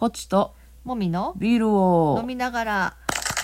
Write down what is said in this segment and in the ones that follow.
ポチともみのビールを飲みながら。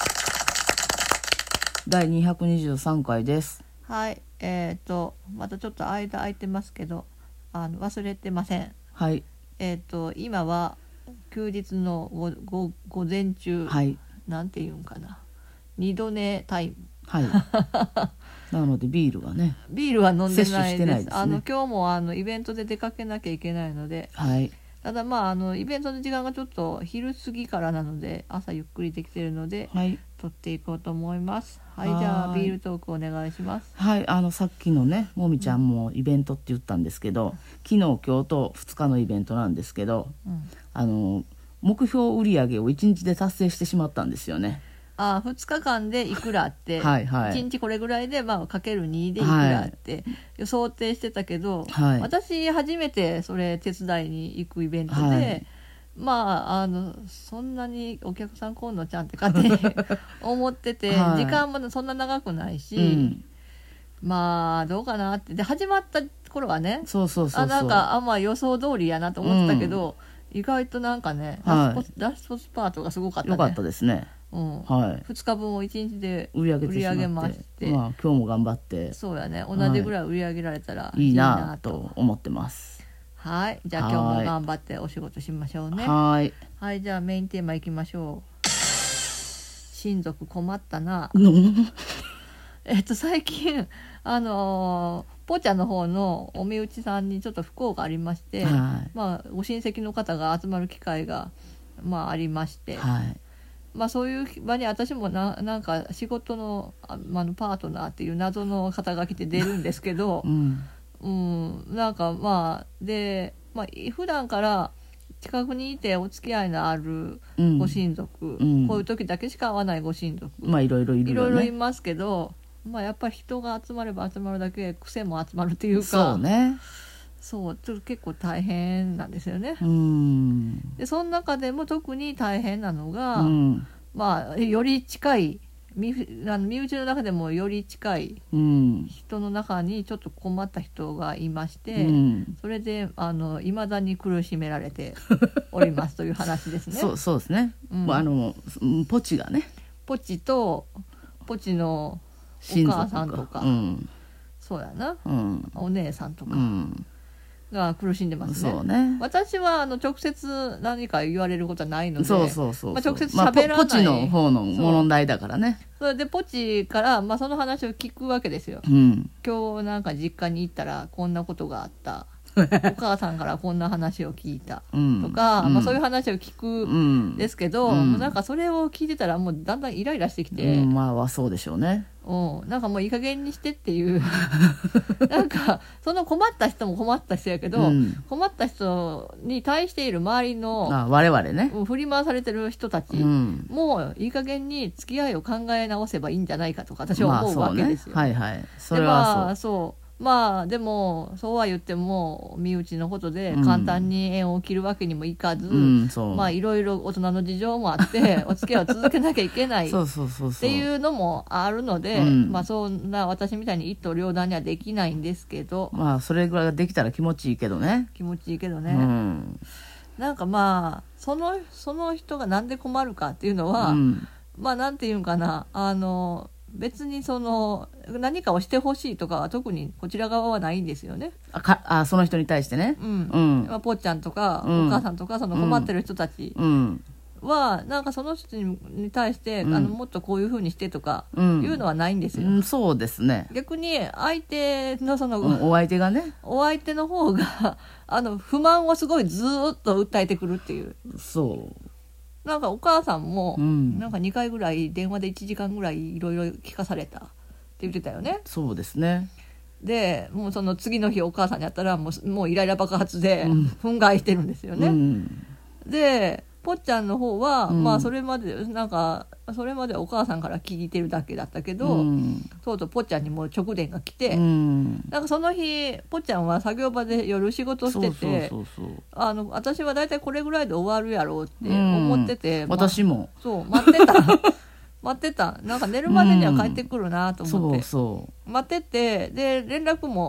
第223回です。 はい。またちょっと間空いてますけど、忘れてません。 はい。 今は休日の午前中、 はい。 なんていうんかな、二度寝タイム。 はい。なのでビールはね、 ビールは飲んで摂取ないです。 してないですね。 今日もイベントで出かけなきゃいけないので、 はい。 ただイベントの時間がちょっと昼過ぎからなので、朝ゆっくりできているので、 はい。 撮っていこうと思います。はい、 はいじゃあビールトークお願いします。 はい。さっきのね、もみちゃんもイベントって言ったんですけど、昨日今日と2日のイベントなんですけど、目標売上を1日で達成してしまったんですよね。 2日間でいくらあってはいはい。 1日これぐらいで、かける2でいくらあって想定してたけど、 はい。 私初めてそれ手伝いに行くイベントで、 はい、 そんなにお客さん来んのちゃんって勝手に思ってて、 はい、 時間もそんな長くないし、どうかなって。で始まった頃はね、なんか予想通りやなと思ってたけど、意外となんかね、ラストスパートがすごかったね。 よかったですね。 2日分を1日で売り上げまして、 今日も頑張って、 そうやね、同じぐらい売り上げられたらいいなと思ってます。 はい、じゃあ今日も頑張ってお仕事しましょうね。 はい、 はい、じゃあメインテーマいきましょう。親族困ったな。最近ぽちゃんの方のお身内さんにちょっと不幸がありまして、ご親戚の方が集まる機会がありまして、そういう場に私もなんか仕事の、パートナーっていう謎の肩書きで出るんですけど、なんかで、普段から近くにいてお付き合いのあるご親族、こういう時だけしか会わないご親族、 いろいろいるよね。 いろいろいますけど、やっぱり人が集まれば集まるだけ癖も集まるっていうか、 そうね、 そうちょっと結構大変なんですよね。でその中でも特に大変なのが、より近い身内の中でもより近い人の中にちょっと困った人がいまして、それで未だに苦しめられておりますという話ですね。 そうですね。ポチがね、 ポチとポチのお母さんとか、そうやな、お姉さんとかが苦しんでますね。 そうね。 私は直接何か言われることはないので、直接喋らない。 ポチの方の問題だからね。 それでポチから、その話を聞くわけですよ。今日なんか実家に行ったらこんなことがあった。お母さんからこんな話を聞いたとか、そういう話を聞くんですけど、なんかそれを聞いてたらもうだんだんイライラしてきて、 そうでしょうね。 なんかもういい加減にしてっていうなんかその困った人も困った人やけど、困った人に対している周りの我々ね、 振り回されてる人たち、もういい加減に付き合いを考え直せばいいんじゃないかとか私は思うわけですよ。 それはそうでもそうは言っても身内のことで簡単に縁を切るわけにもいかず、いろいろ大人の事情もあってお付き合いを続けなきゃいけないっていうのもあるので、そんな私みたいに一刀両断にはできないんですけど、 それぐらいができたら気持ちいいけどね。 なんかその人がなんで困るかっていうのは、なんていうんかな、別に何かをしてほしいとかは特にこちら側はないんですよね。 その人に対してね。 ぽっちゃんとかお母さんとかその困ってる人たちはなんかその人に対して、もっとこういう風にしてとかいうのはないんですよ。 そうですね。 逆に相手のお相手がね、 お相手の方が不満をすごいずーっと訴えてくるっていう。なんかお母さんも、なんか2回ぐらい電話で1時間ぐらいいろいろ聞かされたって言ってたよね。 そうですね。 でもうその次の日お母さんに会ったらもうイライラ爆発で憤慨してるんですよね。でぽっちゃんの方は、それまでお母さんから聞いてるだけだったけど、とうとうぽっちゃんにもう直電が来て、なんかその日ぽっちゃんは作業場で夜仕事してて、私はだいたいこれぐらいで終わるやろうって思ってて、 私も待ってたなんか寝るまでには帰ってくるなと思って、待ってて、で連絡も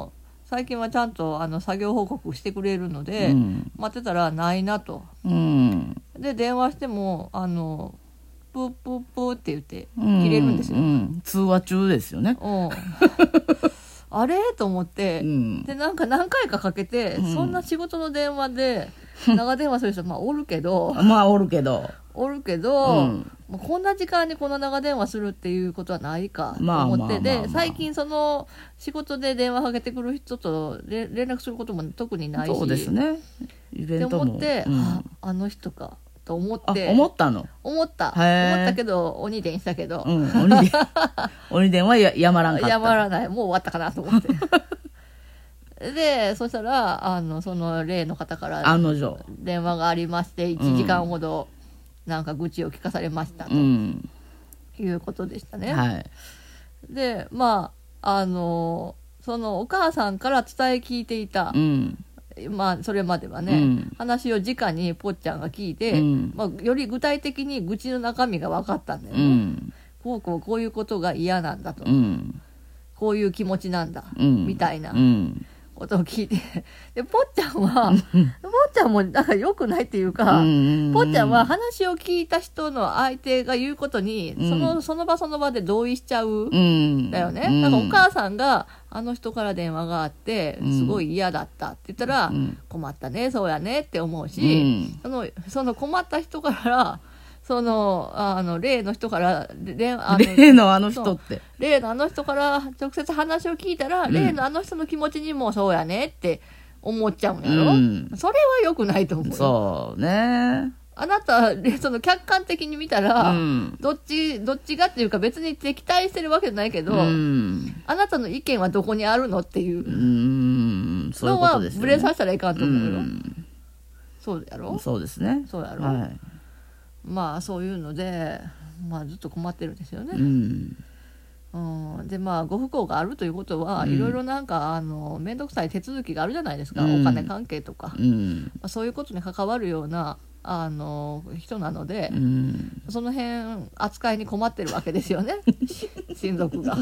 最近はちゃんと作業報告してくれるので、待ってたらないなと、で電話してもプープープーって言って切れるんですよ、 通話中ですよね。 あれと思って、でなんか何回かかけて、そんな仕事の電話で長電話する人おるけどおるけど、 こんな時間にこの長電話するっていうことはないかと思って、で最近その仕事で電話かけてくる人と連絡することも特にないし、 そうですね、イベントもって思って、あの人かと思って思ったけど鬼電したけど、 鬼電はやまらんかった。 やまらない、もう終わったかなと思ってでそしたらその例の方から電話がありまして、1時間ほどなんか愚痴を聞かされましたと、いうことでしたね。でそのお母さんから伝え聞いていた、それまではね、話を直にぽっちゃんが聞いて、より具体的に愚痴の中身が分かったんだよね、こういうことが嫌なんだと、こういう気持ちなんだ、みたいなことを聞いて、でぽっちゃんもなんか良くないっていうか、ぽっちゃんは話を聞いた人の相手が言うことに、その場その場で同意しちゃうんだよね。なんかお母さんがあの人から電話があってすごい嫌だったって言ったら、困ったね、そうやねって思うし、その困った人から例の人から例のあの人から直接話を聞いたら、例のあの人の気持ちにもそうやねって思っちゃうんやろ、それは良くないと思うよ。 そうね、 あなた客観的に見たら、どっちがっていうか別に敵対してるわけじゃないけど、あなたの意見はどこにあるのっていうのはブレさせたらいかんと思うよ、そうやろ。 そうですね、 そうやろ、そういうので、ずっと困ってるんですよね。でご不幸があるということは、いろいろなんか面倒くさい手続きがあるじゃないですか、お金関係とか、そういうことに関わるような人なので、その辺扱いに困ってるわけですよね親族が。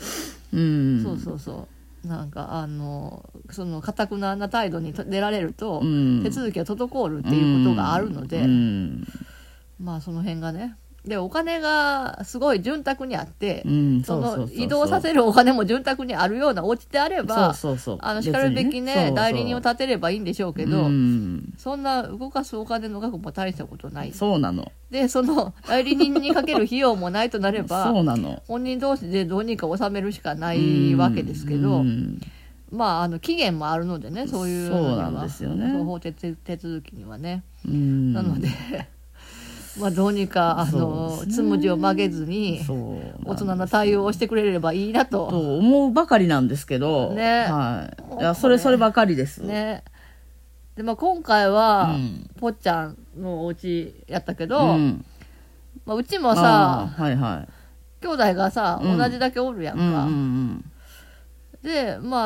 そうなんかその堅くな態度に出られると、手続きが滞るっていうことがあるので、その辺がね、でお金がすごい潤沢にあって、移動させるお金も潤沢にあるようなお家であれば、しかるべきね、代理人を立てればいいんでしょうけど、そんな動かすお金の額も大したことない。 そうなの。 でその代理人にかける費用もないとなれば本人同士でどうにか納めるしかないわけですけど、期限もあるのでね、そういうのには、 そうなんですよね、 法手続きにはね。なのでどうにかつむじを曲げずに大人な対応をしてくれればいいなと思うばかりなんですけど、いやそればかりですね。で今回は、ぽっちゃんのお家やったけど、うちもさ、兄弟がさ、同じだけおるやんか、で常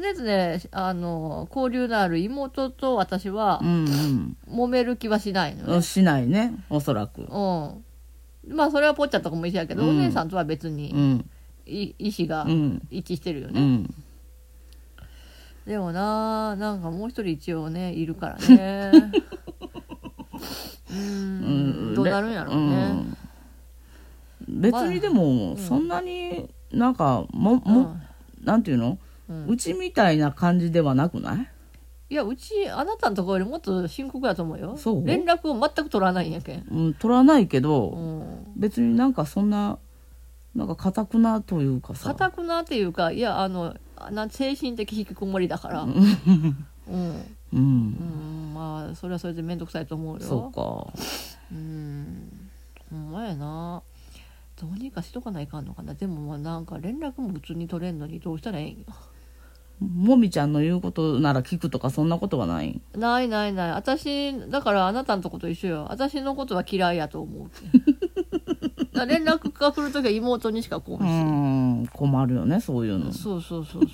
々交流のある妹と私は、揉める気はしないのね。 しないね、おそらく。 それはぽっちゃんとかも一緒やけど、お姉さんとは別に、意思が一致してるよね。でもなんかもう一人一応ねいるからねどうなるんやろうね。 別にでもそんなになんかなんていうの、うちみたいな感じではなくない？ いや、うちあなたのところよりもっと深刻だと思うよ。連絡を全く取らないんやけん。 取らないけど、別になんかそんななんか固くなというかさ、 固くなっていうか、いや精神的引きこもりだからそれはそれで面倒くさいと思うよ。 そうか。 ほんまやな。どうにかしとかないかんのかな。でもなんか連絡も普通に取れんのにどうしたらええんよ。 もみちゃんの言うことなら聞くとかそんなことはない？ ない。私だからあなたのとこと一緒よ。私のことは嫌いやと思う連絡が来るときは妹にしか来んし。 困るよね、そういうの。 そう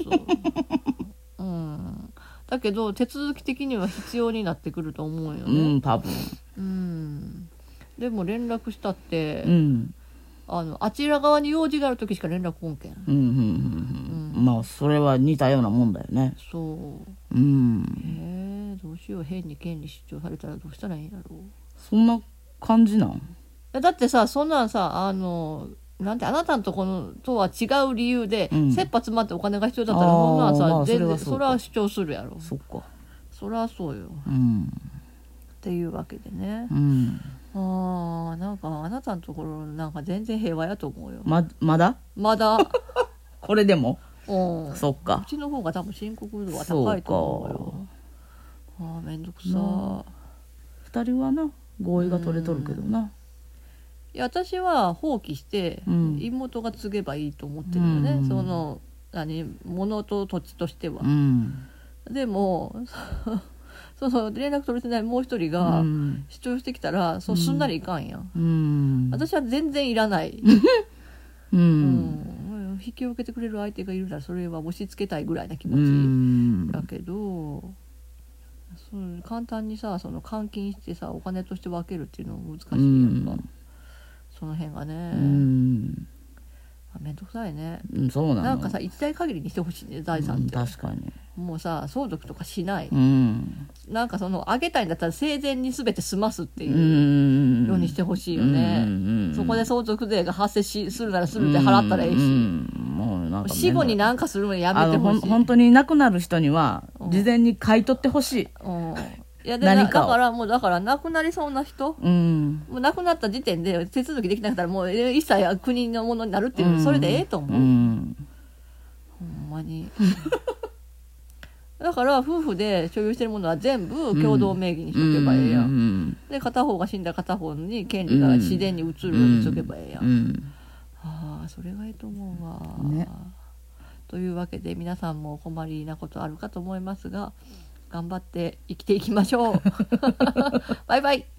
だけど手続き的には必要になってくると思うよね。 多分。 でも連絡したって、あちら側に用事があるときしか連絡来んけん。 まあそれは似たようなもんだよね。 そう、どうしよう、変に権利主張されたらどうしたらいいんだろう。 そんな感じなん？ だってさ、そんなんさ、なんてあなたのところとは違う理由で、切羽詰まってお金が必要だったらそんなんさ、 まあ全然それはそれは主張するやろ。 そっか。 そりゃそうよ、っていうわけでね、なんかあなたのところなんか全然平和やと思うよ。 まだこれでもそっか。 うちの方が多分深刻度は高いと思うよ。めんどくさ。 2人はな合意が取れとるけどな。 いや私は放棄して、妹が継げばいいと思ってるよね、その物と土地としては、でもその連絡取れてないもう一人が主張してきたら、そうすんなりいかんやん、私は全然いらない、引き受けてくれる相手がいるならそれは押し付けたいぐらいな気持ちだけど、そう簡単にさ、その換金してさお金として分けるっていうのは難しいやんか、その辺がね、めんどくさいね、 そうなの。 なんかさ一代限りにしてほしいね、財産って、 確かにもうさ相続とかしない、なんかそのあげたいんだったら生前に全て済ますっていうようにしてほしいよね、そこで相続税が発生するならするで払ったらええし、もうなんか死後になんかするのやめてほしい。 本当に亡くなる人には事前に買い取ってほしい、 いやでだから亡くなりそうな人、もう亡くなった時点で手続きできなかったらもう一切国のものになるっていう、それでええと思う、ほんまにだから夫婦で所有してるものは全部共同名義にしとけばええやん、で片方が死んだら片方に権利が自然に移るようにしとけばええやん、それがいいと思うわ、ね、というわけで皆さんもお困りなことあるかと思いますが頑張って生きていきましょうバイバイ。